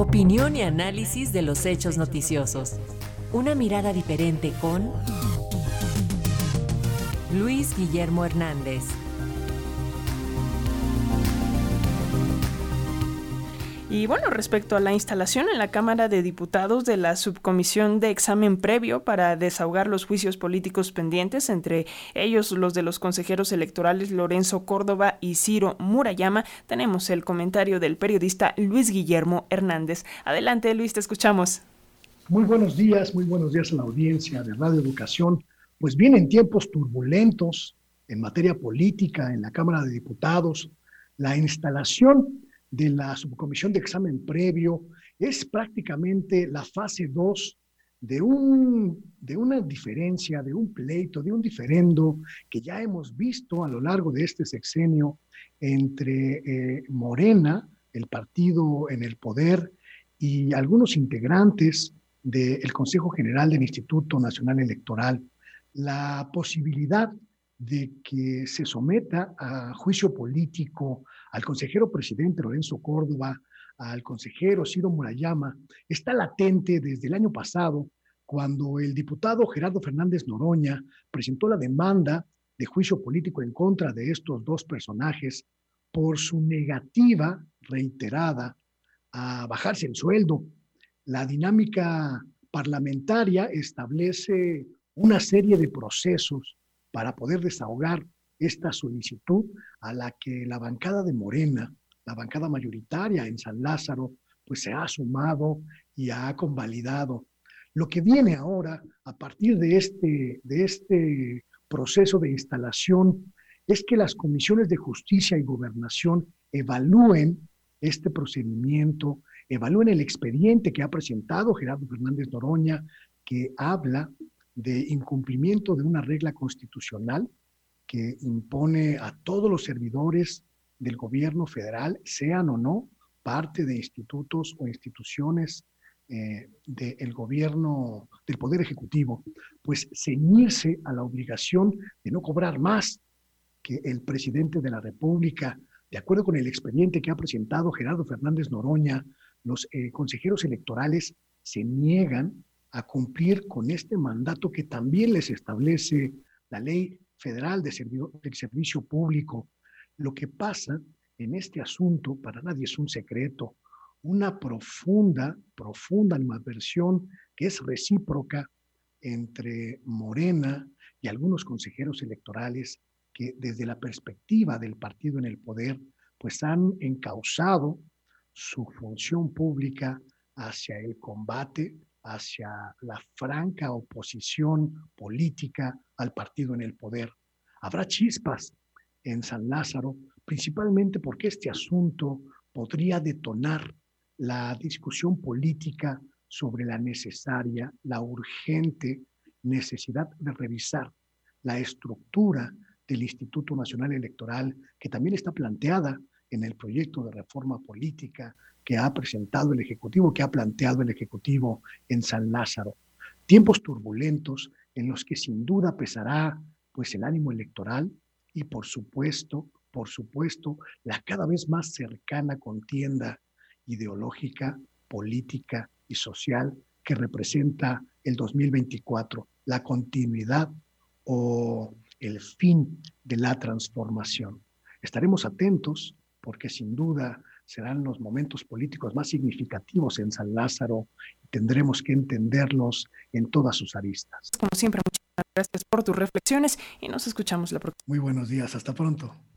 Opinión y análisis de los hechos noticiosos. Una mirada diferente con Luis Guillermo Hernández. Y bueno, respecto a la instalación en la Cámara de Diputados de la Subcomisión de Examen Previo para desahogar los juicios políticos pendientes, entre ellos los de los consejeros electorales Lorenzo Córdoba y Ciro Murayama, tenemos el comentario del periodista Luis Guillermo Hernández. Adelante, Luis, te escuchamos. Muy buenos días a la audiencia de Radio Educación. Pues vienen tiempos turbulentos en materia política en la Cámara de Diputados. La instalación de la subcomisión de examen previo es prácticamente la fase 2 de una diferencia, de un pleito, de un diferendo que ya hemos visto a lo largo de este sexenio entre Morena, el partido en el poder, y algunos integrantes del Consejo General del Instituto Nacional Electoral. La posibilidad de que se someta a juicio político al consejero presidente Lorenzo Córdoba, al consejero Ciro Murayama, está latente desde el año pasado, cuando el diputado Gerardo Fernández Noroña presentó la demanda de juicio político en contra de estos dos personajes por su negativa reiterada a bajarse el sueldo. La dinámica parlamentaria establece una serie de procesos para poder desahogar esta solicitud a la que la bancada de Morena, la bancada mayoritaria en San Lázaro, pues se ha sumado y ha convalidado. Lo que viene ahora, a partir de este proceso de instalación, es que las comisiones de justicia y gobernación evalúen este procedimiento, evalúen el expediente que ha presentado Gerardo Fernández Noroña, que habla de incumplimiento de una regla constitucional que impone a todos los servidores del gobierno federal, sean o no parte de institutos o instituciones del gobierno, del Poder Ejecutivo, pues ceñirse a la obligación de no cobrar más que el presidente de la República. De acuerdo con el expediente que ha presentado Gerardo Fernández Noroña, los consejeros electorales se niegan a cumplir con este mandato que también les establece la Ley Federal del Servicio Público. Lo que pasa en este asunto, para nadie es un secreto, una profunda animadversión que es recíproca entre Morena y algunos consejeros electorales que desde la perspectiva del partido en el poder, pues han encauzado su función pública hacia el combate, hacia la franca oposición política al partido en el poder. Habrá chispas en San Lázaro, principalmente porque este asunto podría detonar la discusión política sobre la necesaria, la urgente necesidad de revisar la estructura del Instituto Nacional Electoral, que también está planteada en el proyecto de reforma política que ha presentado el Ejecutivo, que ha planteado el Ejecutivo en San Lázaro. Tiempos turbulentos en los que sin duda pesará pues el ánimo electoral y por supuesto, la cada vez más cercana contienda ideológica, política y social que representa el 2024, la continuidad o el fin de la transformación. Estaremos atentos porque sin duda serán los momentos políticos más significativos en San Lázaro y tendremos que entenderlos en todas sus aristas. Como siempre, muchas gracias por tus reflexiones y nos escuchamos la próxima. Muy buenos días, hasta pronto.